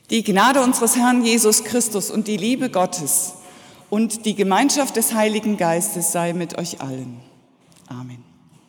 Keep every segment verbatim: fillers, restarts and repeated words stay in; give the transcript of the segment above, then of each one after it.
Die Gnade unseres Herrn Jesus Christus und die Liebe Gottes und die Gemeinschaft des Heiligen Geistes sei mit euch allen. Amen.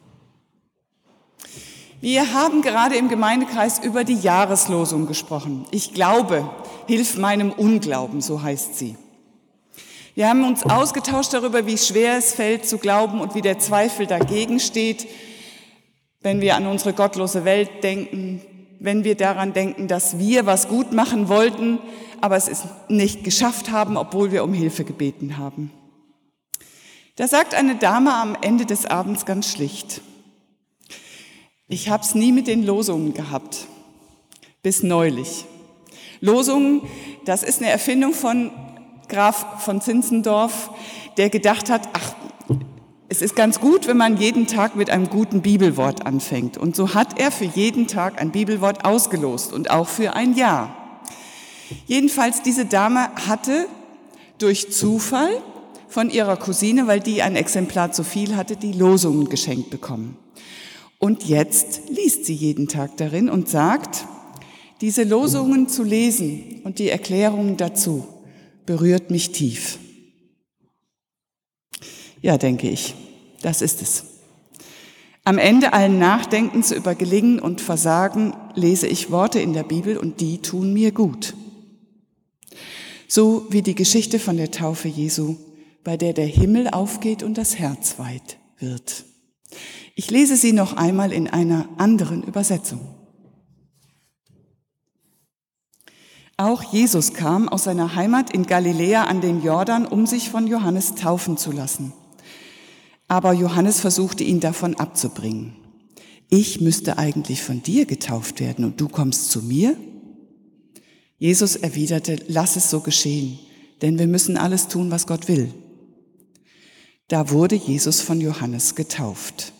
Wir haben gerade im Gemeindekreis über die Jahreslosung gesprochen. Ich glaube, hilf meinem Unglauben, so heißt sie. Wir haben uns ausgetauscht darüber, wie schwer es fällt zu glauben und wie der Zweifel dagegen steht, wenn wir an unsere gottlose Welt denken, wenn wir daran denken, dass wir was gut machen wollten, aber es ist nicht geschafft haben, obwohl wir um Hilfe gebeten haben. Da sagt eine Dame am Ende des Abends ganz schlicht: Ich habe es nie mit den Losungen gehabt, bis neulich. Losungen, das ist eine Erfindung von Graf von Zinzendorf, der gedacht hat, ach, es ist ganz gut, wenn man jeden Tag mit einem guten Bibelwort anfängt. Und so hat er für jeden Tag ein Bibelwort ausgelost und auch für ein Jahr. Jedenfalls, diese Dame hatte durch Zufall von ihrer Cousine, weil die ein Exemplar zu viel hatte, die Losungen geschenkt bekommen. Und jetzt liest sie jeden Tag darin und sagt, diese Losungen zu lesen und die Erklärungen dazu berührt mich tief. Ja, denke ich, das ist es. Am Ende allen Nachdenkens über Gelingen und Versagen lese ich Worte in der Bibel und die tun mir gut. So wie die Geschichte von der Taufe Jesu, bei der der Himmel aufgeht und das Herz weit wird. Ich lese sie noch einmal in einer anderen Übersetzung. Auch Jesus kam aus seiner Heimat in Galiläa an den Jordan, um sich von Johannes taufen zu lassen. Aber Johannes versuchte ihn davon abzubringen. Ich müsste eigentlich von dir getauft werden und du kommst zu mir? Jesus erwiderte, lass es so geschehen, denn wir müssen alles tun, was Gott will. Da wurde Jesus von Johannes getauft.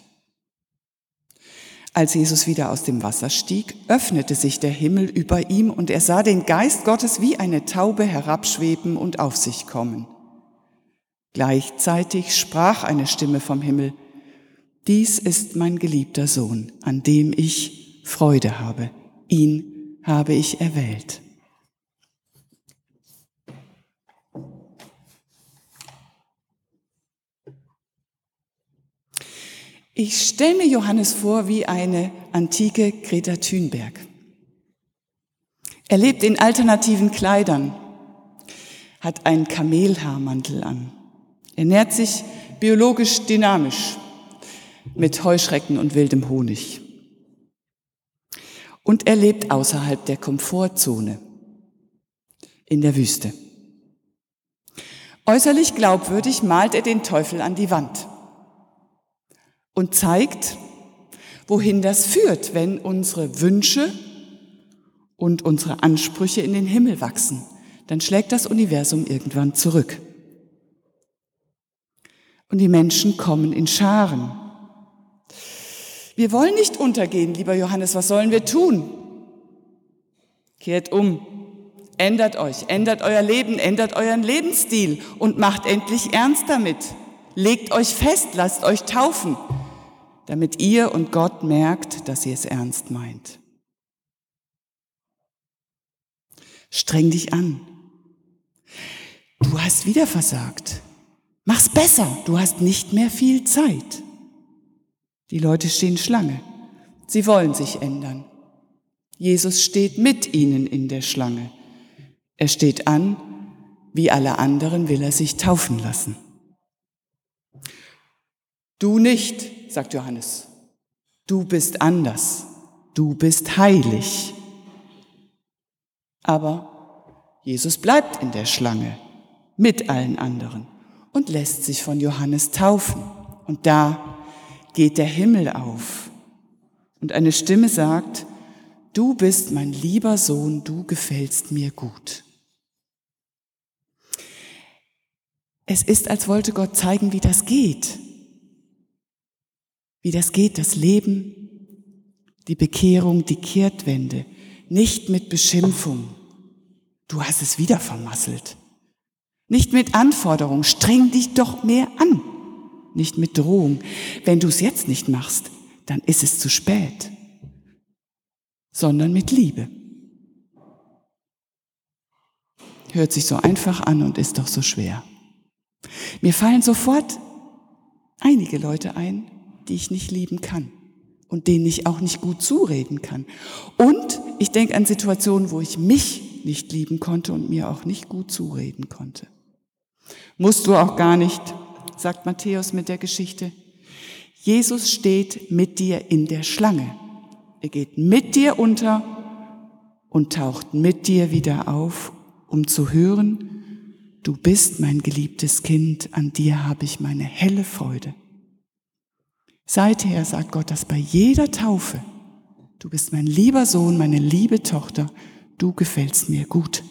Als Jesus wieder aus dem Wasser stieg, öffnete sich der Himmel über ihm und er sah den Geist Gottes wie eine Taube herabschweben und auf sich kommen. Gleichzeitig sprach eine Stimme vom Himmel, dies ist mein geliebter Sohn, an dem ich Freude habe. Ihn habe ich erwählt. Ich stelle mir Johannes vor wie eine antike Greta Thunberg. Er lebt in alternativen Kleidern, hat einen Kamelhaarmantel an, ernährt sich biologisch dynamisch mit Heuschrecken und wildem Honig. Und er lebt außerhalb der Komfortzone, in der Wüste. Äußerlich glaubwürdig malt er den Teufel an die Wand und zeigt, wohin das führt, wenn unsere Wünsche und unsere Ansprüche in den Himmel wachsen. Dann schlägt das Universum irgendwann zurück. Und die Menschen kommen in Scharen. Wir wollen nicht untergehen, lieber Johannes, was sollen wir tun? Kehrt um, ändert euch, ändert euer Leben, ändert euren Lebensstil und macht endlich ernst damit. Legt euch fest, lasst euch taufen, damit ihr und Gott merkt, dass ihr es ernst meint. Streng dich an. Du hast wieder versagt. Mach's besser, du hast nicht mehr viel Zeit. Die Leute stehen Schlange. Sie wollen sich ändern. Jesus steht mit ihnen in der Schlange. Er steht an, wie alle anderen will er sich taufen lassen. Du nicht, sagt Johannes. Du bist anders. Du bist heilig. Aber Jesus bleibt in der Schlange mit allen anderen und lässt sich von Johannes taufen. Und da geht der Himmel auf und eine Stimme sagt, du bist mein lieber Sohn, du gefällst mir gut. Es ist, als wollte Gott zeigen, wie das geht. Wie das geht, das Leben, die Bekehrung, die Kehrtwende, nicht mit Beschimpfung. Du hast es wieder vermasselt. Nicht mit Anforderung, streng dich doch mehr an. Nicht mit Drohung. Wenn du es jetzt nicht machst, dann ist es zu spät. Sondern mit Liebe. hört sich so einfach an und ist doch so schwer. Mir fallen sofort einige Leute ein, die ich nicht lieben kann und denen ich auch nicht gut zureden kann. Und ich denke an Situationen, wo ich mich nicht lieben konnte und mir auch nicht gut zureden konnte. Musst du auch gar nicht, sagt Matthäus mit der Geschichte. Jesus steht mit dir in der Schlange. Er geht mit dir unter und taucht mit dir wieder auf, um zu hören, du bist mein geliebtes Kind, an dir habe ich meine helle Freude. Seither sagt Gott das bei jeder Taufe. Du bist mein lieber Sohn, meine liebe Tochter, du gefällst mir gut.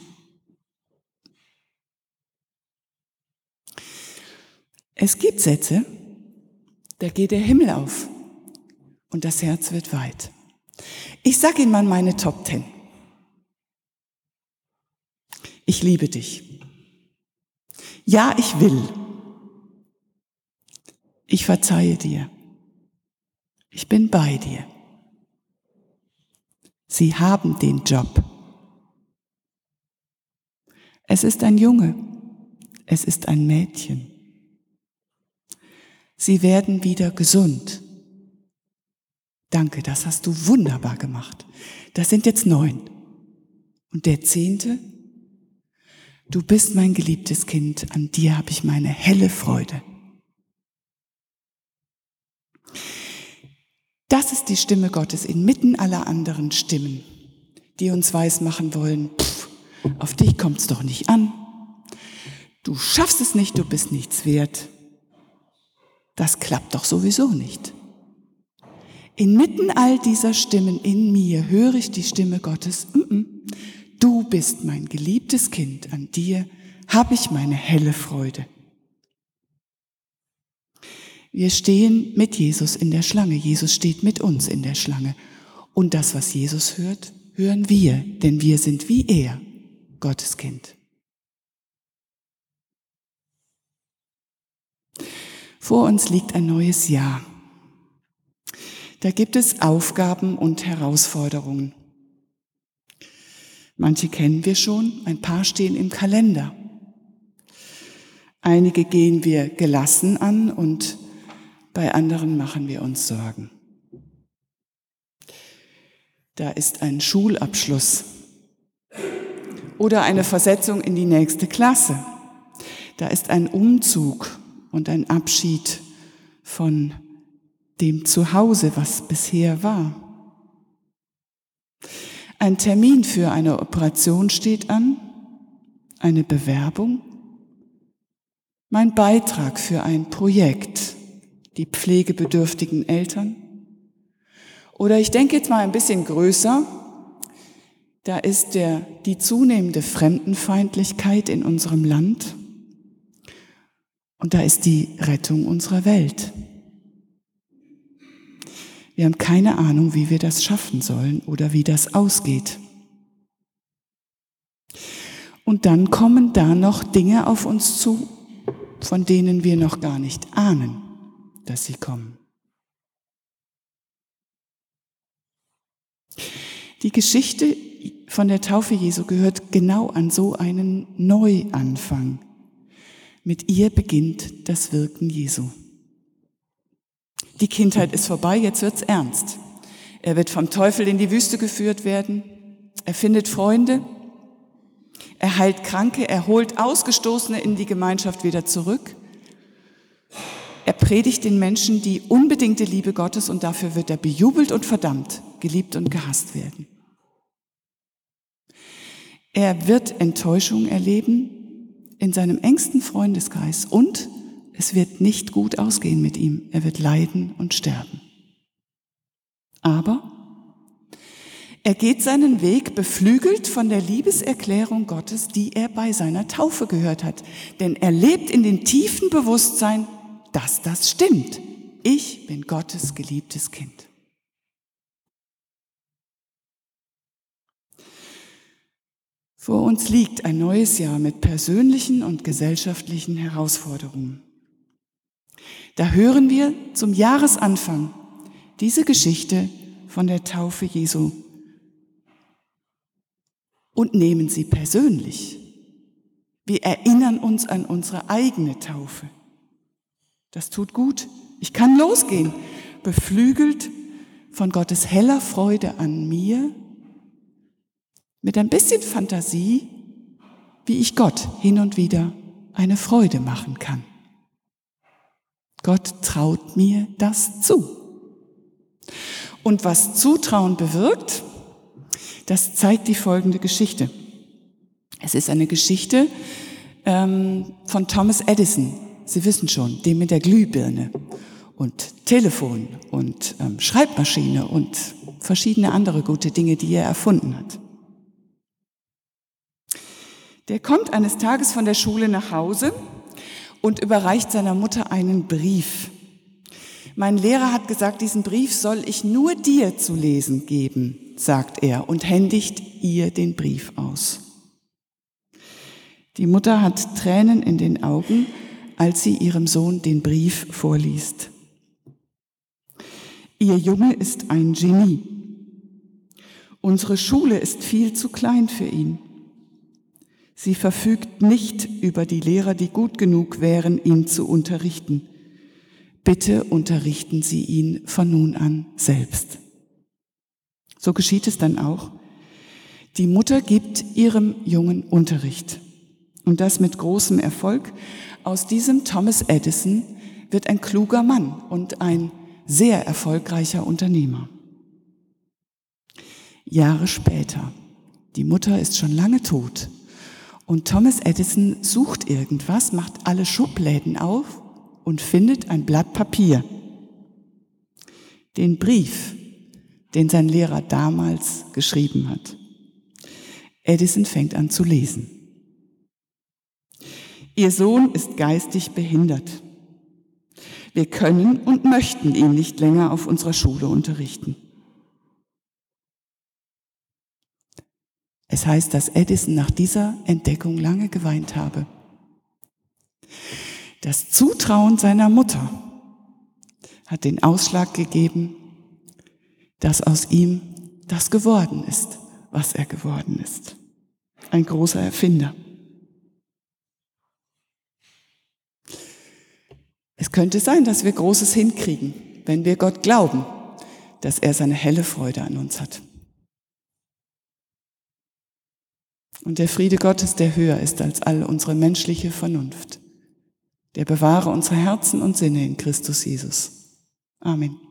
Es gibt Sätze, da geht der Himmel auf und das Herz wird weit. Ich sage Ihnen mal meine Top Ten. Ich liebe dich. Ja, ich will. Ich verzeihe dir. Ich bin bei dir. Sie haben den Job. Es ist ein Junge. Es ist ein Mädchen. Sie werden wieder gesund. Danke, das hast du wunderbar gemacht. Das sind jetzt neun. Und der zehnte? Du bist mein geliebtes Kind, an dir habe ich meine helle Freude. Das ist die Stimme Gottes inmitten aller anderen Stimmen, die uns weismachen wollen, pff, auf dich kommt's doch nicht an. Du schaffst es nicht, du bist nichts wert. Das klappt doch sowieso nicht. Inmitten all dieser Stimmen in mir höre ich die Stimme Gottes. Du bist mein geliebtes Kind, an dir habe ich meine helle Freude. Wir stehen mit Jesus in der Schlange. Jesus steht mit uns in der Schlange. Und das, was Jesus hört, hören wir, denn wir sind wie er, Gottes Kind. Vor uns liegt ein neues Jahr. Da gibt es Aufgaben und Herausforderungen. Manche kennen wir schon, ein paar stehen im Kalender. Einige gehen wir gelassen an und bei anderen machen wir uns Sorgen. Da ist ein Schulabschluss oder eine Versetzung in die nächste Klasse. Da ist ein Umzug und ein Abschied von dem Zuhause, was bisher war. Ein Termin für eine Operation steht an, eine Bewerbung, mein Beitrag für ein Projekt, die pflegebedürftigen Eltern. Oder ich denke jetzt mal ein bisschen größer, da ist der, die zunehmende Fremdenfeindlichkeit in unserem Land und da ist die Rettung unserer Welt. Wir haben keine Ahnung, wie wir das schaffen sollen oder wie das ausgeht. Und dann kommen da noch Dinge auf uns zu, von denen wir noch gar nicht ahnen, dass sie kommen. Die Geschichte von der Taufe Jesu gehört genau an so einen Neuanfang. Mit ihr beginnt das Wirken Jesu. Die Kindheit ist vorbei, jetzt wird's ernst. Er wird vom Teufel in die Wüste geführt werden. Er findet Freunde. Er heilt Kranke. Er holt Ausgestoßene in die Gemeinschaft wieder zurück. Er predigt den Menschen die unbedingte Liebe Gottes und dafür wird er bejubelt und verdammt, geliebt und gehasst werden. Er wird Enttäuschung erleben in seinem engsten Freundeskreis und es wird nicht gut ausgehen mit ihm. Er wird leiden und sterben. Aber er geht seinen Weg beflügelt von der Liebeserklärung Gottes, die er bei seiner Taufe gehört hat. Denn er lebt in dem tiefen Bewusstsein, dass das stimmt. Ich bin Gottes geliebtes Kind. Vor uns liegt ein neues Jahr mit persönlichen und gesellschaftlichen Herausforderungen. Da hören wir zum Jahresanfang diese Geschichte von der Taufe Jesu und nehmen sie persönlich. Wir erinnern uns an unsere eigene Taufe. Das tut gut. Ich kann losgehen, beflügelt von Gottes heller Freude an mir, mit ein bisschen Fantasie, wie ich Gott hin und wieder eine Freude machen kann. Gott traut mir das zu. Und was Zutrauen bewirkt, das zeigt die folgende Geschichte. Es ist eine Geschichte ähm, von Thomas Edison. Sie wissen schon, dem mit der Glühbirne und Telefon und ähm, Schreibmaschine und verschiedene andere gute Dinge, die er erfunden hat. Der kommt eines Tages von der Schule nach Hause und überreicht seiner Mutter einen Brief. Mein Lehrer hat gesagt, diesen Brief soll ich nur dir zu lesen geben, sagt er und händigt ihr den Brief aus. Die Mutter hat Tränen in den Augen, als sie ihrem Sohn den Brief vorliest. Ihr Junge ist ein Genie. Unsere Schule ist viel zu klein für ihn. Sie verfügt nicht über die Lehrer, die gut genug wären, ihn zu unterrichten. Bitte unterrichten Sie ihn von nun an selbst. So geschieht es dann auch. Die Mutter gibt ihrem Jungen Unterricht. Und das mit großem Erfolg. Aus diesem Thomas Edison wird ein kluger Mann und ein sehr erfolgreicher Unternehmer. Jahre später, die Mutter ist schon lange tot und Thomas Edison sucht irgendwas, macht alle Schubläden auf und findet ein Blatt Papier. Den Brief, den sein Lehrer damals geschrieben hat. Edison fängt an zu lesen. Ihr Sohn ist geistig behindert. Wir können und möchten ihn nicht länger auf unserer Schule unterrichten. Es heißt, dass Edison nach dieser Entdeckung lange geweint habe. Das Zutrauen seiner Mutter hat den Ausschlag gegeben, dass aus ihm das geworden ist, was er geworden ist. Ein großer Erfinder. Es könnte sein, dass wir Großes hinkriegen, wenn wir Gott glauben, dass er seine helle Freude an uns hat. Und der Friede Gottes, der höher ist als all unsere menschliche Vernunft, der bewahre unsere Herzen und Sinne in Christus Jesus. Amen.